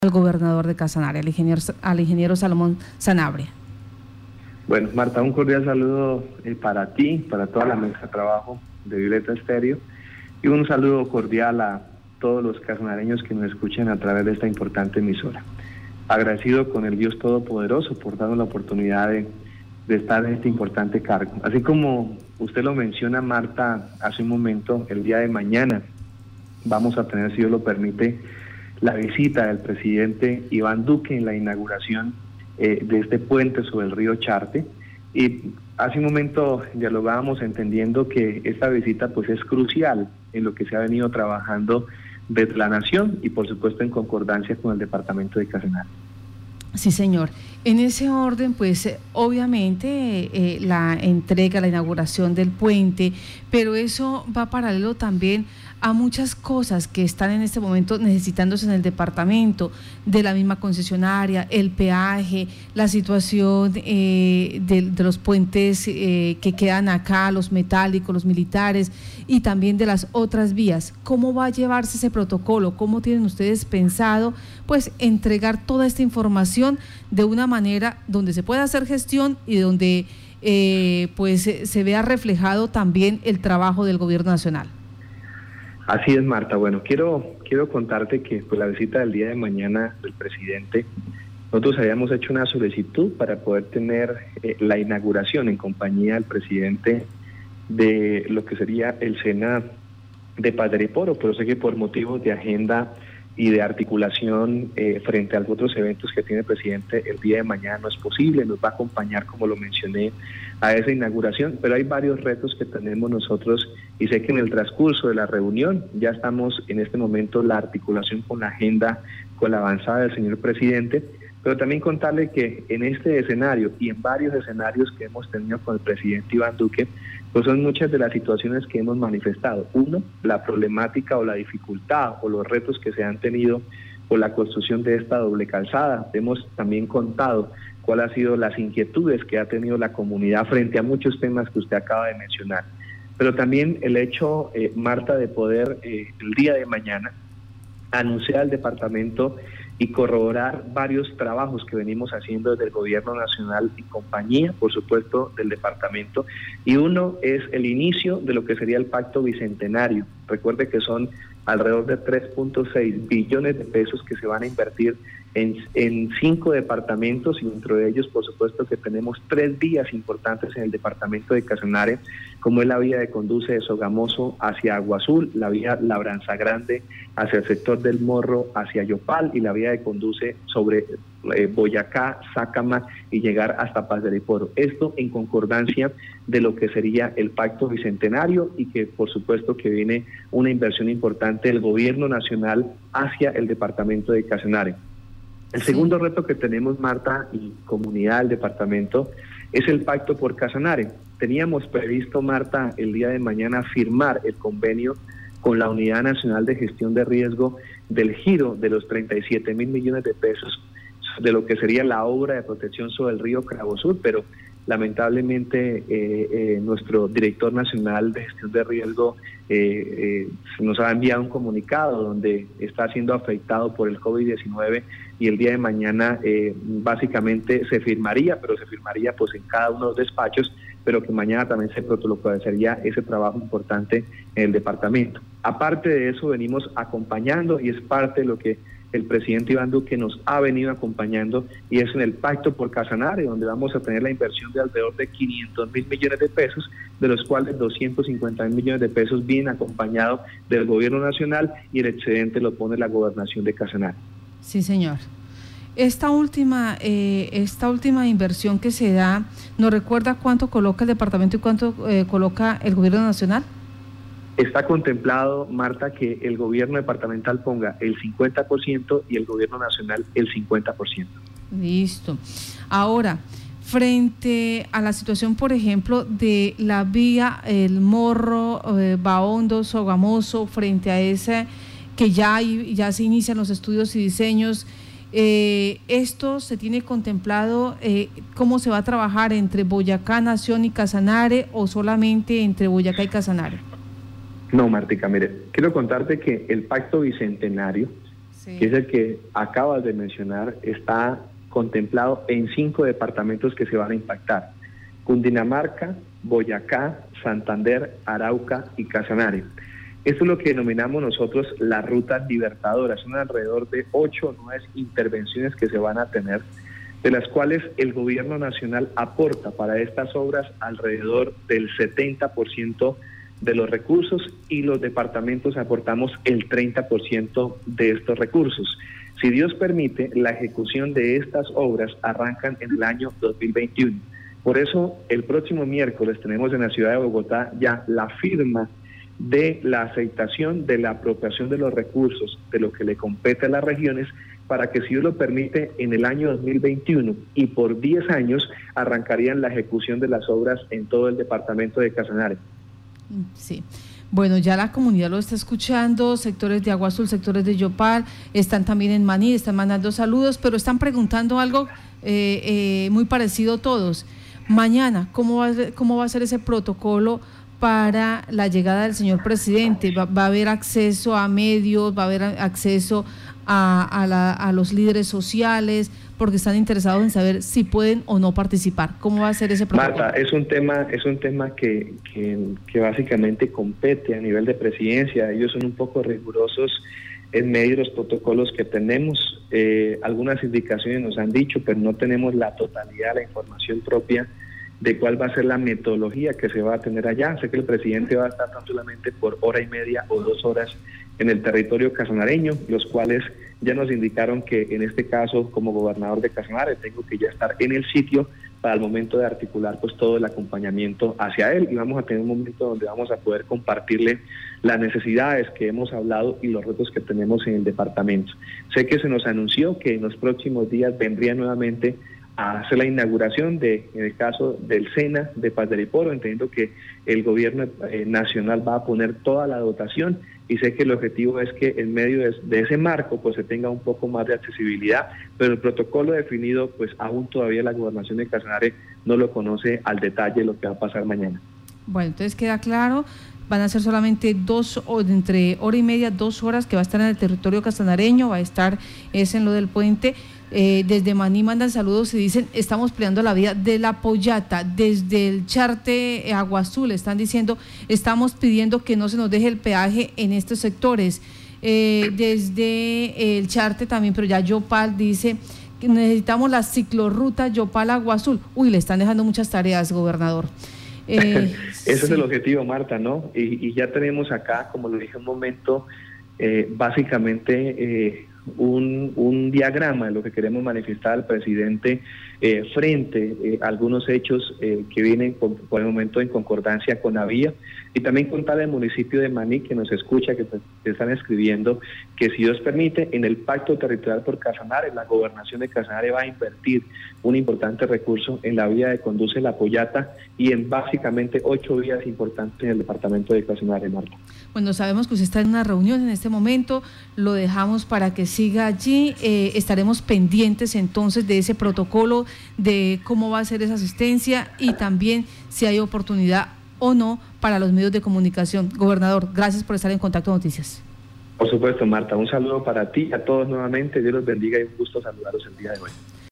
al gobernador de Casanare, al ingeniero Salomón Sanabria. Bueno, Marta, un cordial saludo para ti, para toda la mesa de trabajo de Violeta Estéreo, y un saludo cordial a todos los casanareños que nos escuchan a través de esta importante emisora. Agradecido con el Dios Todopoderoso por darnos la oportunidad de estar en este importante cargo. Así como usted lo menciona, Marta, hace un momento, el día de mañana vamos a tener, si Dios lo permite, la visita del presidente Iván Duque en la inauguración de este puente sobre el río Charte. Y hace un momento dialogábamos entendiendo que esta visita pues es crucial en lo que se ha venido trabajando desde la Nación y por supuesto en concordancia con el departamento de Casanare. Sí, señor. En ese orden, pues obviamente la entrega, la inauguración del puente, pero eso va paralelo también a muchas cosas que están en este momento necesitándose en el departamento, de la misma concesionaria, el peaje, la situación de los puentes que quedan acá, los metálicos, los militares, y también de las otras vías. ¿Cómo va a llevarse ese protocolo? ¿Cómo tienen ustedes pensado pues entregar toda esta información de una manera donde se pueda hacer gestión y donde pues se vea reflejado también el trabajo del gobierno nacional? Así es, Marta. Bueno, quiero contarte que por la visita del día de mañana del presidente, nosotros habíamos hecho una solicitud para poder tener la inauguración en compañía del presidente de lo que sería el SENA de Padre-Poro, pero sé que por motivos de agenda y de articulación frente a los otros eventos que tiene el presidente el día de mañana no es posible. Nos va a acompañar, como lo mencioné, a esa inauguración, pero hay varios retos que tenemos nosotros y sé que en el transcurso de la reunión ya estamos en este momento la articulación con la agenda, con la avanzada del señor presidente, pero también contarle que en este escenario y en varios escenarios que hemos tenido con el presidente Iván Duque, pues son muchas de las situaciones que hemos manifestado. Uno, la problemática o la dificultad o los retos que se han tenido por la construcción de esta doble calzada. Hemos también contado cuáles han sido las inquietudes que ha tenido la comunidad frente a muchos temas que usted acaba de mencionar. Pero también el hecho, Marta, de poder el día de mañana anunciar al departamento y corroborar varios trabajos que venimos haciendo desde el gobierno nacional y compañía, por supuesto, del departamento. Y uno es el inicio de lo que sería el pacto bicentenario. Recuerde que son alrededor de 3.6 billones de pesos que se van a invertir en 5 departamentos, y dentro de ellos, por supuesto, que tenemos 3 vías importantes en el departamento de Casanare, como es la vía de conduce de Sogamoso hacia Agua Azul, la vía Labranza Grande hacia el sector del Morro hacia Yopal, y la vía de conduce sobre Boyacá, Sácama y llegar hasta Padre-Poro. Esto en concordancia de lo que sería el pacto bicentenario, y que por supuesto que viene una inversión importante del gobierno nacional hacia el departamento de Casanare. El segundo reto que tenemos, Marta, y comunidad del departamento, es el pacto por Casanare. Teníamos previsto, Marta, el día de mañana firmar el convenio con la Unidad Nacional de Gestión de Riesgo del giro de los 37.000 millones de pesos de lo que sería la obra de protección sobre el río Cravo Sur, pero lamentablemente nuestro director nacional de gestión de riesgo nos ha enviado un comunicado donde está siendo afectado por el COVID-19, y el día de mañana básicamente se firmaría, pero se firmaría pues en cada uno de los despachos, pero que mañana también se protocolizaría ese trabajo importante en el departamento. Aparte de eso, venimos acompañando, y es parte de lo que el presidente Iván Duque nos ha venido acompañando, y es en el pacto por Casanare, donde vamos a tener la inversión de alrededor de 500.000 millones de pesos, de los cuales 250.000 millones de pesos vienen acompañados del gobierno nacional, y el excedente lo pone la gobernación de Casanare. Sí, señor. Esta última inversión que se da, ¿nos recuerda cuánto coloca el departamento y cuánto coloca el gobierno nacional? Está contemplado, Marta, que el gobierno departamental ponga el 50% y el gobierno nacional el 50%. Listo. Ahora, frente a la situación, por ejemplo, de la vía El Morro, Bahondo, Sogamoso, frente a esa que ya se inician los estudios y diseños, ¿esto se tiene contemplado cómo se va a trabajar entre Boyacá, Nación y Casanare, o solamente entre Boyacá y Casanare? No, Martica, mire, quiero contarte que el pacto bicentenario sí, que es el que acabas de mencionar, está contemplado en 5 departamentos que se van a impactar: Cundinamarca, Boyacá, Santander, Arauca y Casanare. Esto es lo que denominamos nosotros las rutas libertadoras. Son alrededor de 8 o 9 intervenciones que se van a tener, de las cuales el gobierno nacional aporta para estas obras alrededor del 70% de los recursos, y los departamentos aportamos el 30% de estos recursos. Si Dios permite, la ejecución de estas obras arrancan en el año 2021. Por eso, el próximo miércoles tenemos en la ciudad de Bogotá ya la firma de la aceptación de la apropiación de los recursos de lo que le compete a las regiones, para que, si Dios lo permite, en el año 2021 y por 10 años arrancarían la ejecución de las obras en todo el departamento de Casanare. sí. Bueno, ya la comunidad lo está escuchando, sectores de Agua Azul, sectores de Yopal, están también en Maní, están mandando saludos, pero están preguntando algo muy parecido todos. Mañana, ¿cómo va a ser ese protocolo para la llegada del señor presidente? ¿Va a haber acceso a medios, va a haber acceso a los líderes sociales? Porque están interesados en saber si pueden o no participar. ¿Cómo va a ser ese protocolo? Marta, es un tema que básicamente compete a nivel de presidencia. Ellos son un poco rigurosos en medio de los protocolos que tenemos. Algunas indicaciones nos han dicho, pero no tenemos la totalidad de la información propia de cuál va a ser la metodología que se va a tener allá. Sé que el presidente va a estar tan solamente por 1:30 o 2 horas en el territorio casanareño, los cuales ya nos indicaron que en este caso, como gobernador de Casanare, tengo que ya estar en el sitio para el momento de articular pues todo el acompañamiento hacia él, y vamos a tener un momento donde vamos a poder compartirle las necesidades que hemos hablado y los retos que tenemos en el departamento. Sé que se nos anunció que en los próximos días vendría nuevamente a hacer la inauguración en el caso del SENA de Paz del Hiporo, entendiendo que el gobierno nacional va a poner toda la dotación, y sé que el objetivo es que en medio de ese marco pues se tenga un poco más de accesibilidad, pero el protocolo definido pues aún todavía la gobernación de Casanare no lo conoce al detalle lo que va a pasar mañana. Bueno, entonces queda claro, van a ser solamente entre 1:30, 2 horas que va a estar en el territorio casanareño, va a estar en lo del puente. Desde Maní mandan saludos y dicen: estamos peleando la vida de la Pollata. Desde el Charte, Agua Azul, están diciendo: estamos pidiendo que no se nos deje el peaje en estos sectores. Desde el Charte también, pero ya Yopal dice que necesitamos la ciclorruta Yopal Agua Azul. Uy, le están dejando muchas tareas, gobernador. Ese sí. es el objetivo, Marta, ¿no? Y ya tenemos acá, como lo dije un momento, básicamente un diagrama de lo que queremos manifestar al presidente frente a algunos hechos que vienen por el momento en concordancia con la vía, y también contar al municipio de Maní, que nos escucha, que están escribiendo, que si Dios permite, en el pacto territorial por Casanare, la gobernación de Casanare va a invertir un importante recurso en la vía de Conduce La Pollata y en básicamente 8 vías importantes en el departamento de Casanare, Marta. Bueno, sabemos que usted está en una reunión en este momento, lo dejamos para que siga allí, estaremos pendientes entonces de ese protocolo, de cómo va a ser esa asistencia y también si hay oportunidad o no para los medios de comunicación. Gobernador, gracias por estar en Contacto Noticias. Por supuesto, Marta, un saludo para ti y a todos nuevamente, Dios los bendiga y un gusto saludarlos el día de hoy.